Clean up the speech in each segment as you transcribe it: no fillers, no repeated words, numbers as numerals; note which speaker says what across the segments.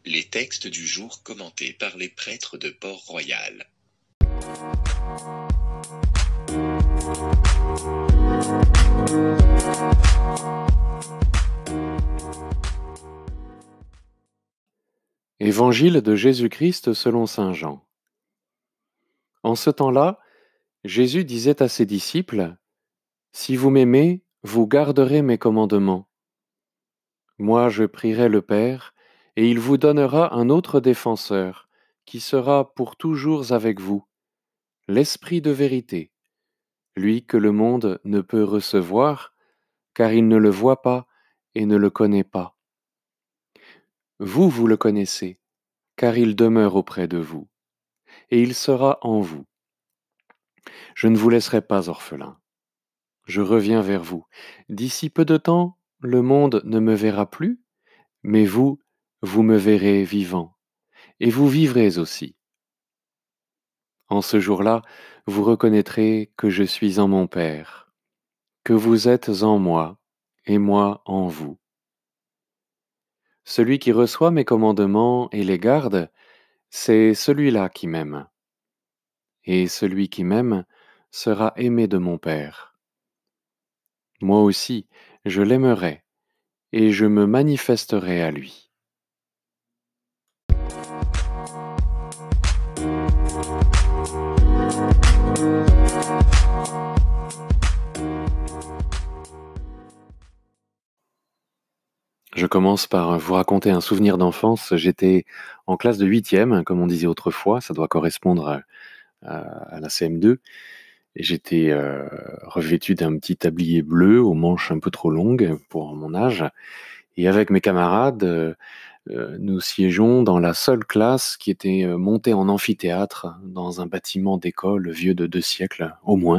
Speaker 1: Les textes du jour commentés par les prêtres de Port-Royal.
Speaker 2: Évangile de Jésus-Christ selon saint Jean. En ce temps-là, Jésus disait à ses disciples, « Si vous m'aimez, vous garderez mes commandements. Moi je prierai le Père, et il vous donnera un autre défenseur, qui sera pour toujours avec vous, l'Esprit de vérité, lui que le monde ne peut recevoir, car il ne le voit pas et ne le connaît pas. Vous, vous le connaissez, car il demeure auprès de vous, et il sera en vous. Je ne vous laisserai pas orphelin. Je reviens vers vous. D'ici peu de temps, le monde ne me verra plus, mais vous, vous me verrez vivant, et vous vivrez aussi. En ce jour-là, vous reconnaîtrez que je suis en mon Père, que vous êtes en moi, et moi en vous. Celui qui reçoit mes commandements et les garde, c'est celui-là qui m'aime. Et celui qui m'aime sera aimé de mon Père. Moi aussi, je l'aimerai, et je me manifesterai à lui. Je commence par vous raconter un souvenir d'enfance. J'étais en classe de 8e, comme on disait autrefois, ça doit correspondre à la CM2. Et j'étais revêtu d'un petit tablier bleu aux manches un peu trop longues pour mon âge. Et avec mes camarades, nous siégeons dans la seule classe qui était montée en amphithéâtre dans un bâtiment d'école vieux de 2 siècles au moins.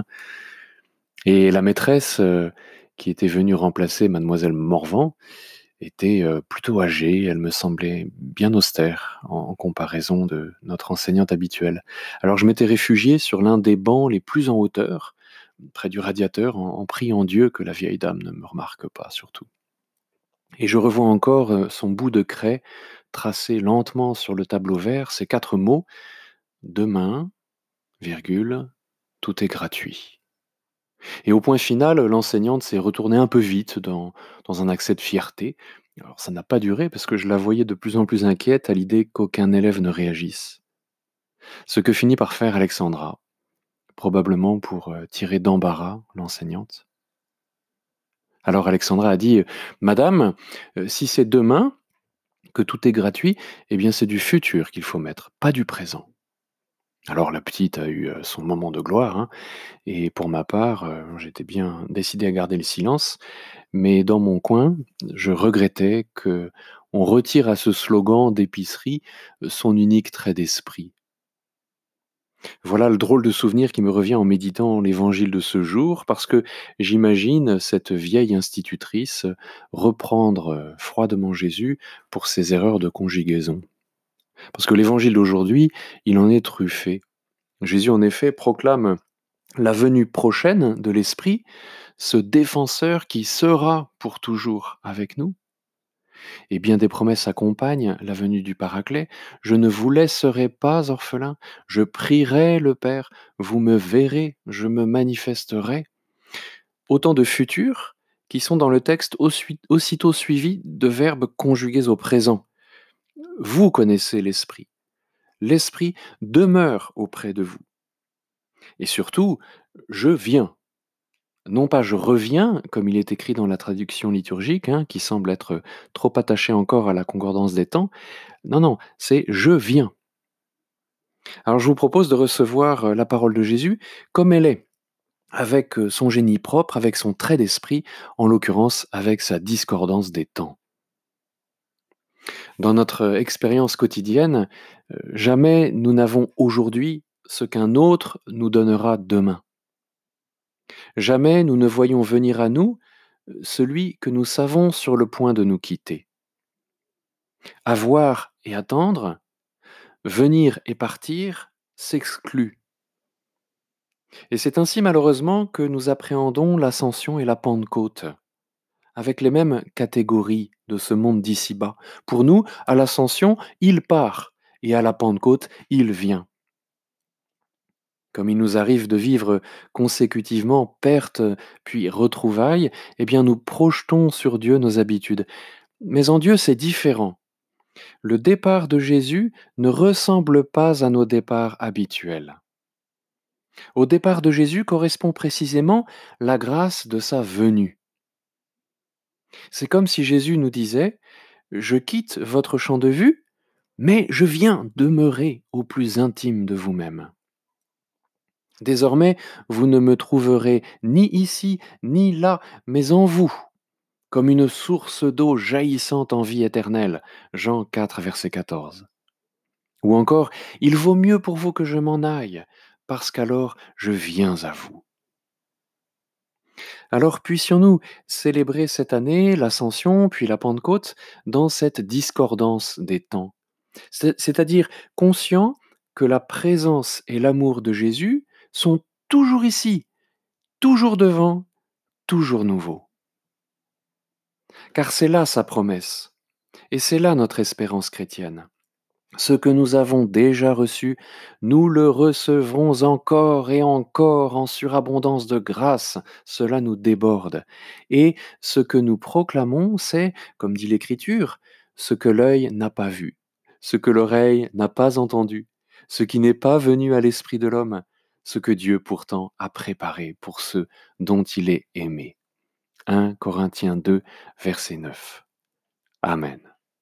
Speaker 2: Et la maîtresse qui était venue remplacer mademoiselle Morvan était plutôt âgée, elle me semblait bien austère en comparaison de notre enseignante habituelle. Alors je m'étais réfugié sur l'un des bancs les plus en hauteur, près du radiateur, en priant Dieu que la vieille dame ne me remarque pas surtout. Et je revois encore son bout de craie tracé lentement sur le tableau vert, ces 4 mots: «Demain, virgule, tout est gratuit». Et au point final, l'enseignante s'est retournée un peu vite dans un accès de fierté. Alors ça n'a pas duré parce que je la voyais de plus en plus inquiète à l'idée qu'aucun élève ne réagisse. Ce que finit par faire Alexandra, probablement pour tirer d'embarras l'enseignante. Alors Alexandra a dit, «Madame, si c'est demain que tout est gratuit, eh bien c'est du futur qu'il faut mettre, pas du présent». Alors la petite a eu son moment de gloire, hein, et pour ma part, j'étais bien décidé à garder le silence. Mais dans mon coin, je regrettais que on retire à ce slogan d'épicerie son unique trait d'esprit. Voilà le drôle de souvenir qui me revient en méditant l'évangile de ce jour, parce que j'imagine cette vieille institutrice reprendre froidement Jésus pour ses erreurs de conjugaison. Parce que l'évangile d'aujourd'hui, il en est truffé. Jésus, en effet, proclame la venue prochaine de l'Esprit, ce défenseur qui sera pour toujours avec nous. Et bien des promesses accompagnent la venue du Paraclet. Je ne vous laisserai pas orphelin, je prierai le Père, vous me verrez, je me manifesterai. Autant de futurs qui sont dans le texte aussitôt suivis de verbes conjugués au présent. Vous connaissez l'Esprit. L'Esprit demeure auprès de vous. Et surtout, je viens. Non pas je reviens, comme il est écrit dans la traduction liturgique, hein, qui semble être trop attachée encore à la concordance des temps. Non, non, c'est je viens. Alors je vous propose de recevoir la parole de Jésus comme elle est, avec son génie propre, avec son trait d'esprit, en l'occurrence avec sa discordance des temps. Dans notre expérience quotidienne, jamais nous n'avons aujourd'hui ce qu'un autre nous donnera demain. Jamais nous ne voyons venir à nous celui que nous savons sur le point de nous quitter. Avoir et attendre, venir et partir s'excluent. Et c'est ainsi malheureusement que nous appréhendons l'ascension et la Pentecôte. avec les mêmes catégories de ce monde d'ici-bas. Pour nous, à l'ascension, il part, et à la Pentecôte, il vient. Comme il nous arrive de vivre consécutivement perte puis retrouvailles, eh bien nous projetons sur Dieu nos habitudes. Mais en Dieu, c'est différent. Le départ de Jésus ne ressemble pas à nos départs habituels. Au départ de Jésus correspond précisément la grâce de sa venue. C'est comme si Jésus nous disait: Je quitte votre champ de vue, mais je viens demeurer au plus intime de vous-même. Désormais, vous ne me trouverez ni ici, ni là, mais en vous, comme une source d'eau jaillissante en vie éternelle. Jean 4, verset 14. Ou encore, il vaut mieux pour vous que je m'en aille, parce qu'alors je viens à vous. Alors puissions-nous célébrer cette année l'Ascension puis la Pentecôte dans cette discordance des temps, c'est-à-dire conscients que la présence et l'amour de Jésus sont toujours ici, toujours devant, toujours nouveau. Car c'est là sa promesse, et c'est là notre espérance chrétienne. Ce que nous avons déjà reçu, nous le recevrons encore et encore en surabondance de grâce, cela nous déborde. Et ce que nous proclamons, c'est, comme dit l'Écriture, ce que l'œil n'a pas vu, ce que l'oreille n'a pas entendu, ce qui n'est pas venu à l'esprit de l'homme, ce que Dieu pourtant a préparé pour ceux dont il est aimé. 1 Corinthiens 2, verset 9. Amen.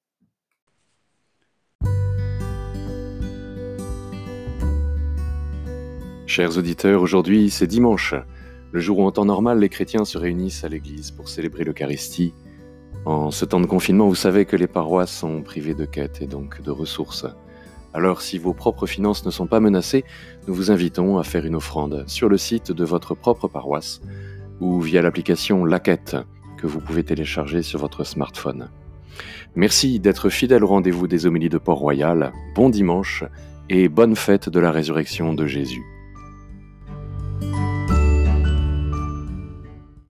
Speaker 2: Chers auditeurs, aujourd'hui c'est dimanche, le jour où en temps normal les chrétiens se réunissent à l'église pour célébrer l'Eucharistie. En ce temps de confinement, vous savez que les paroisses sont privées de quêtes et donc de ressources. Alors si vos propres finances ne sont pas menacées, nous vous invitons à faire une offrande sur le site de votre propre paroisse ou via l'application La Quête que vous pouvez télécharger sur votre smartphone. Merci d'être fidèle au rendez-vous des homélies de Port-Royal. Bon dimanche et bonne fête de la résurrection de Jésus.